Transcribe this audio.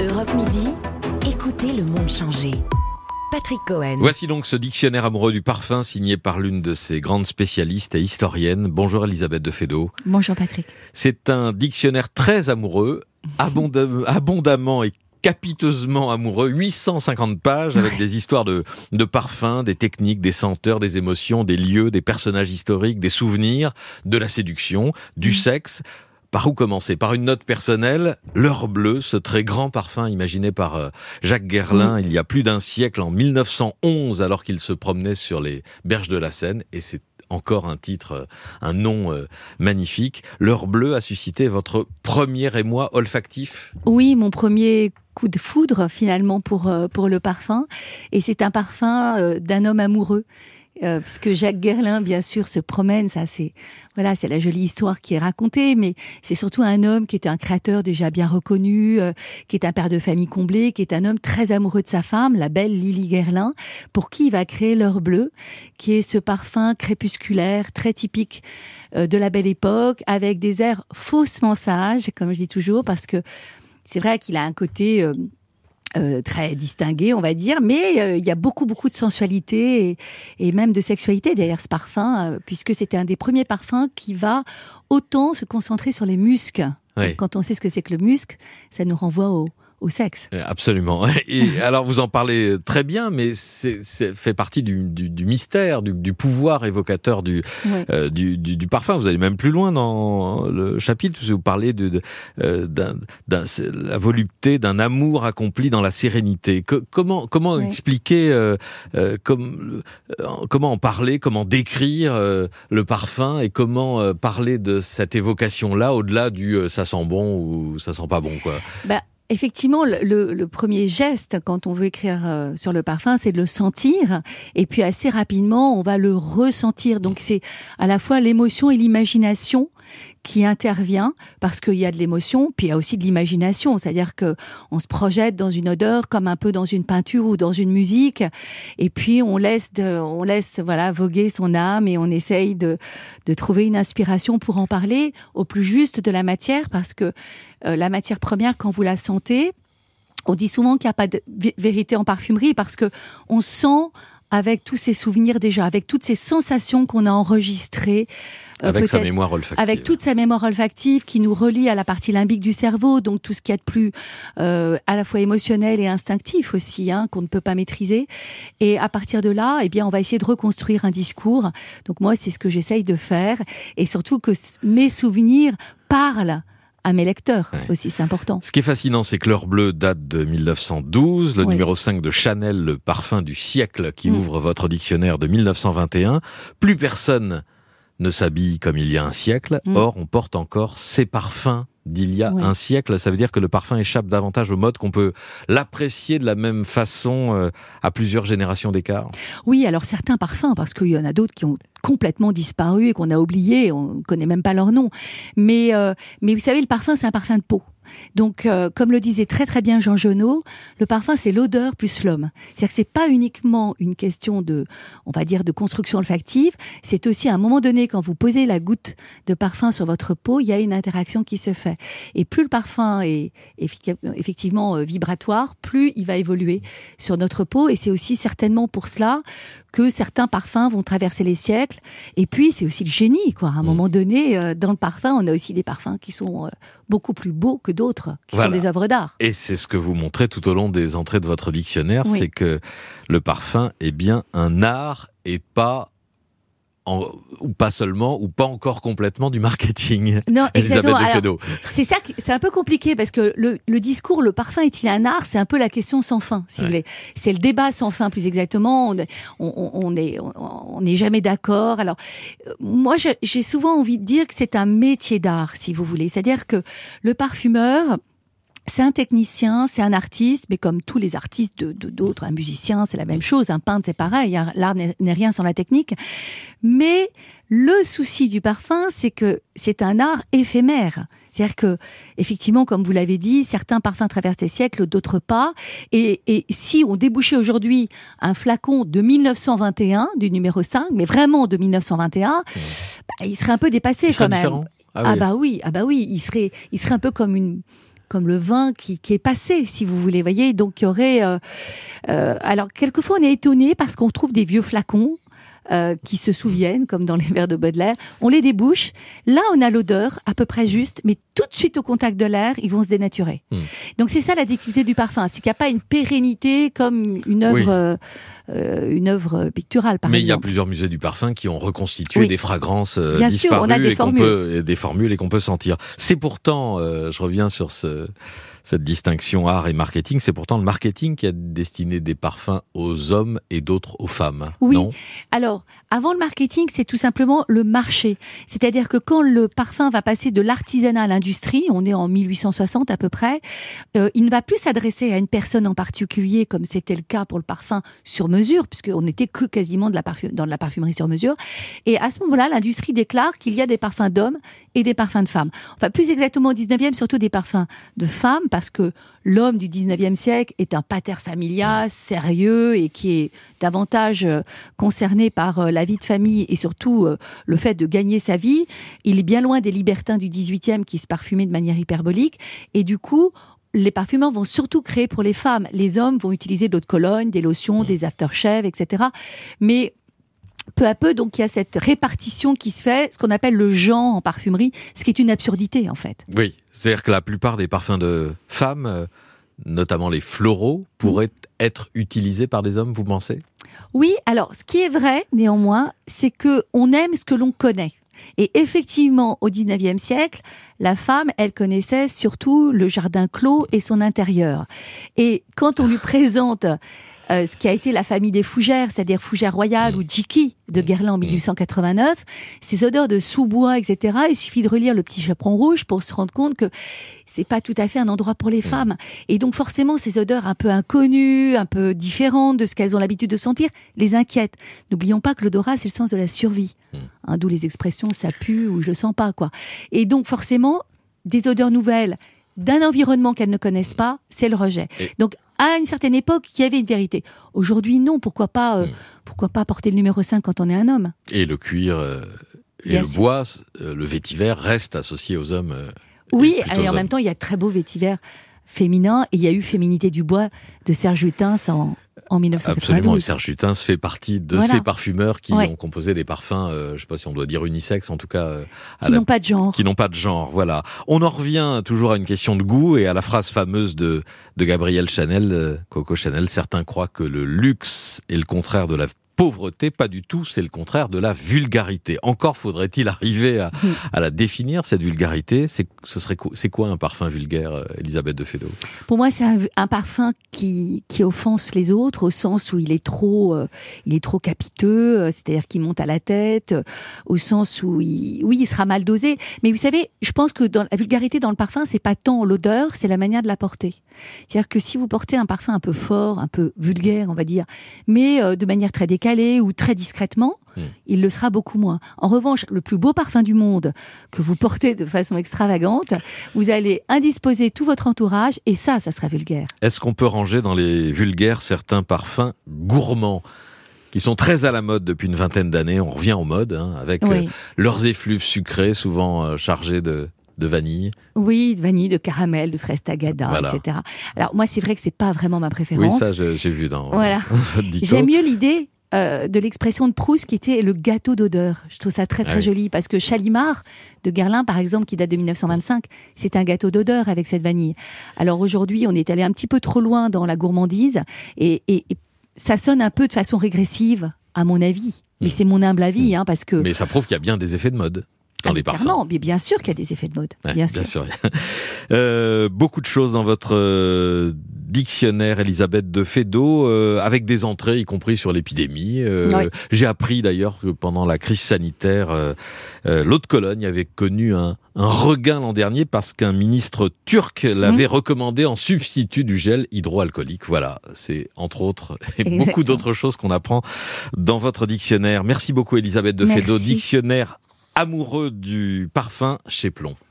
Europe Midi, écoutez le monde changer. Patrick Cohen. Voici donc ce dictionnaire amoureux du parfum signé par l'une de ses grandes spécialistes et historiennes. Bonjour Elisabeth de Fédot. Bonjour Patrick. C'est un dictionnaire très amoureux, abondamment et capiteusement amoureux, 850 pages avec des histoires de parfums, des techniques, des senteurs, des émotions, des lieux, des personnages historiques, des souvenirs, de la séduction, du sexe. Par où commencer ? Par une note personnelle, l'heure bleue, ce très grand parfum imaginé par Jacques Guerlain il y a plus d'un siècle, en 1911, alors qu'il se promenait sur les berges de la Seine, et c'est encore un titre, un nom magnifique. L'heure bleue a suscité votre premier émoi olfactif ? Oui, mon premier coup de foudre finalement pour le parfum, et c'est un parfum d'un homme amoureux. Puisque Jacques Guerlain, bien sûr, se promène, c'est la jolie histoire qui est racontée, mais c'est surtout un homme qui est un créateur déjà bien reconnu, qui est un père de famille comblé, qui est un homme très amoureux de sa femme, la belle Lily Guerlain, pour qui il va créer l'heure bleue, qui est ce parfum crépusculaire très typique de la belle époque, avec des airs faussement sages, comme je dis toujours, parce que c'est vrai qu'il a un côté très distingué, on va dire, mais il y a beaucoup de sensualité et même de sexualité derrière ce parfum, puisque c'était un des premiers parfums qui va autant se concentrer sur les muscs. Oui. Quand on sait ce que c'est que le musc, ça nous renvoie au sexe. Absolument. Et alors vous en parlez très bien, mais c'est fait partie du mystère, du pouvoir évocateur du parfum. Vous allez même plus loin dans le chapitre, parce que vous parlez de la volupté d'un amour accompli dans la sérénité. Comment expliquer, comment en parler, comment décrire le parfum, et comment parler de cette évocation-là au-delà du ça sent bon ou ça sent pas bon, quoi. Effectivement, le premier geste, quand on veut écrire sur le parfum, c'est de le sentir. Et puis assez rapidement, on va le ressentir. Donc c'est à la fois l'émotion et l'imagination qui intervient, parce qu'il y a de l'émotion, puis il y a aussi de l'imagination. C'est-à-dire que on se projette dans une odeur comme un peu dans une peinture ou dans une musique. Et puis on laisse voguer son âme, et on essaye de trouver une inspiration pour en parler au plus juste de la matière, parce que la matière première, quand vous la sentez, on dit souvent qu'il n'y a pas de vérité en parfumerie, parce que on sent avec tous ces souvenirs déjà, avec toutes ces sensations qu'on a enregistrées. Avec sa mémoire olfactive. Avec toute sa mémoire olfactive qui nous relie à la partie limbique du cerveau, donc tout ce qu'il y a de plus à la fois émotionnel et instinctif aussi, qu'on ne peut pas maîtriser. Et à partir de là, on va essayer de reconstruire un discours. Donc moi, c'est ce que j'essaye de faire, et surtout que mes souvenirs parlent à mes lecteurs aussi, c'est important. Ce qui est fascinant, c'est que l'heure bleue date de 1912, le numéro 5 de Chanel, le parfum du siècle, qui ouvre votre dictionnaire, de 1921. Plus personne ne s'habille comme il y a un siècle, or on porte encore ces parfums d'il y a un siècle. Ça veut dire que le parfum échappe davantage aux modes, qu'on peut l'apprécier de la même façon à plusieurs générations d'écart. Oui, alors certains parfums, parce qu'il y en a d'autres qui ont complètement disparu et qu'on a oubliés, on ne connaît même pas leur nom. Mais vous savez, le parfum, c'est un parfum de peau. Donc, comme le disait très très bien Jean Genot, le parfum, c'est l'odeur plus l'homme. C'est-à-dire que c'est pas uniquement une question de construction olfactive, c'est aussi à un moment donné, quand vous posez la goutte de parfum sur votre peau, il y a une interaction qui se fait. Et plus le parfum est effectivement vibratoire, plus il va évoluer sur notre peau. Et c'est aussi certainement pour cela que certains parfums vont traverser les siècles. Et puis, c'est aussi le génie, quoi. À un moment donné, dans le parfum, on a aussi des parfums qui sont beaucoup plus beaux que d'autres, qui sont des œuvres d'art. Et c'est ce que vous montrez tout au long des entrées de votre dictionnaire, c'est que le parfum est bien un art, et pas encore complètement du marketing. Non, exactement. Elisabeth de Fédot. C'est ça, c'est un peu compliqué, parce que le discours, le parfum est-il un art ? C'est un peu la question sans fin, si vous voulez. C'est le débat sans fin, plus exactement. On n'est jamais d'accord. Alors, moi, j'ai souvent envie de dire que c'est un métier d'art, si vous voulez. C'est-à-dire que le parfumeur, c'est un technicien, c'est un artiste, mais comme tous les artistes d'autres, un musicien, c'est la même chose, un peintre, c'est pareil, l'art n'est rien sans la technique. Mais le souci du parfum, c'est que c'est un art éphémère. C'est-à-dire que, effectivement, comme vous l'avez dit, certains parfums traversent les siècles, d'autres pas. Et si on débouchait aujourd'hui un flacon de 1921, du numéro 5, mais vraiment de 1921, il serait un peu dépassé quand même. Différent. Ah bah oui, il serait un peu comme comme le vin qui est passé, si vous voulez, voyez. Donc il y aurait, alors quelquefois on est étonné parce qu'on trouve des vieux flacons. Qui se souviennent, comme dans les verres de Baudelaire, on les débouche. Là, on a l'odeur à peu près juste, mais tout de suite au contact de l'air, ils vont se dénaturer. Donc c'est ça la difficulté du parfum, c'est qu'il n'y a pas une pérennité comme une œuvre picturale, par exemple. Mais il y a plusieurs musées du parfum qui ont reconstitué des fragrances Bien disparues sûr, on a des formules et qu'on peut sentir. C'est pourtant, je reviens sur cette distinction art et marketing, c'est pourtant le marketing qui a destiné des parfums aux hommes et d'autres aux femmes. Oui. Non ? Alors, avant le marketing, c'est tout simplement le marché. C'est-à-dire que quand le parfum va passer de l'artisanat à l'industrie, on est en 1860 à peu près, il ne va plus s'adresser à une personne en particulier, comme c'était le cas pour le parfum sur mesure, puisqu'on n'était que quasiment dans de la parfumerie sur mesure. Et à ce moment-là, l'industrie déclare qu'il y a des parfums d'hommes et des parfums de femmes. Enfin, plus exactement au 19e, surtout des parfums de femmes, parce que l'homme du 19e siècle est un pater familias sérieux et qui est davantage concerné par la vie de famille et surtout le fait de gagner sa vie. Il est bien loin des libertins du 18e qui se parfumaient de manière hyperbolique. Et du coup, les parfumeurs vont surtout créer pour les femmes. Les hommes vont utiliser de l'eau de Cologne, des lotions, des aftershaves, etc. Mais peu à peu, donc, il y a cette répartition qui se fait, ce qu'on appelle le genre en parfumerie, ce qui est une absurdité, en fait. Oui, c'est-à-dire que la plupart des parfums de femmes, notamment les floraux, pourraient être utilisés par des hommes, vous pensez ? Oui, alors, ce qui est vrai, néanmoins, c'est qu'on aime ce que l'on connaît. Et effectivement, au 19e siècle, la femme, elle connaissait surtout le jardin clos et son intérieur. Et quand on lui présente ce qui a été la famille des fougères, c'est-à-dire fougères royales ou Jiki de Guerlain en 1889, ces odeurs de sous-bois, etc. Il suffit de relire Le Petit Chaperon Rouge pour se rendre compte que c'est pas tout à fait un endroit pour les femmes. Et donc forcément, ces odeurs un peu inconnues, un peu différentes de ce qu'elles ont l'habitude de sentir, les inquiètent. N'oublions pas que l'odorat, c'est le sens de la survie. D'où les expressions « ça pue » ou « je le sens pas ». Et donc forcément, des odeurs nouvelles, d'un environnement qu'elles ne connaissent pas, c'est le rejet. Donc, à une certaine époque, il y avait une vérité. Aujourd'hui, non. Pourquoi pas porter le numéro 5 quand on est un homme ? Et le cuir et le bois, le vétiver, reste associé aux hommes. Oui, et en même temps, il y a de très beaux vétivers féminins. Et il y a eu Féminité du bois de Serge Lutens en 1992. Absolument, et Serge Lutens fait partie de ces parfumeurs qui ont composé des parfums, je ne sais pas si on doit dire unisex, en tout cas... qui n'ont pas de genre. Qui n'ont pas de genre, voilà. On en revient toujours à une question de goût et à la phrase fameuse de Gabrielle Chanel, Coco Chanel. Certains croient que le luxe est le contraire de la pauvreté, pas du tout, c'est le contraire de la vulgarité. Encore faudrait-il arriver à la définir, cette vulgarité. C'est quoi un parfum vulgaire, Elisabeth de Fédot ? Pour moi, c'est un parfum qui offense les autres, au sens où il est trop capiteux, c'est-à-dire qu'il monte à la tête, au sens où il sera mal dosé. Mais vous savez, je pense que dans la vulgarité dans le parfum, c'est pas tant l'odeur, c'est la manière de la porter. C'est-à-dire que si vous portez un parfum un peu fort, un peu vulgaire, on va dire, mais de manière très décalée ou très discrètement, il le sera beaucoup moins. En revanche, le plus beau parfum du monde que vous portez de façon extravagante, vous allez indisposer tout votre entourage et ça sera vulgaire. Est-ce qu'on peut ranger dans les vulgaires certains parfums gourmands qui sont très à la mode depuis une vingtaine d'années? On revient aux modes, avec leurs effluves sucrés, souvent chargés de vanille. Oui, de vanille, de caramel, de fraise tagada, etc. Alors moi, c'est vrai que c'est pas vraiment ma préférence. Oui, ça, j'ai vu dans votre dico. J'aime mieux l'idée de l'expression de Proust qui était le gâteau d'odeur. Je trouve ça très très joli parce que Chalimard de Guerlain, par exemple, qui date de 1925, c'est un gâteau d'odeur avec cette vanille. Alors aujourd'hui, on est allé un petit peu trop loin dans la gourmandise et ça sonne un peu de façon régressive, à mon avis. Mais c'est mon humble avis, parce que... Mais ça prouve qu'il y a bien des effets de mode dans les parfums. Clairement, mais bien sûr qu'il y a des effets de mode. Bien sûr. Beaucoup de choses dans votre dictionnaire, Elisabeth de Fédot, avec des entrées, y compris sur l'épidémie. J'ai appris d'ailleurs que pendant la crise sanitaire, l'eau de Cologne avait connu un regain l'an dernier parce qu'un ministre turc l'avait recommandé en substitut du gel hydroalcoolique. Voilà, c'est entre autres et beaucoup d'autres choses qu'on apprend dans votre dictionnaire. Merci beaucoup Elisabeth de Fédot, dictionnaire amoureux du parfum chez Plon.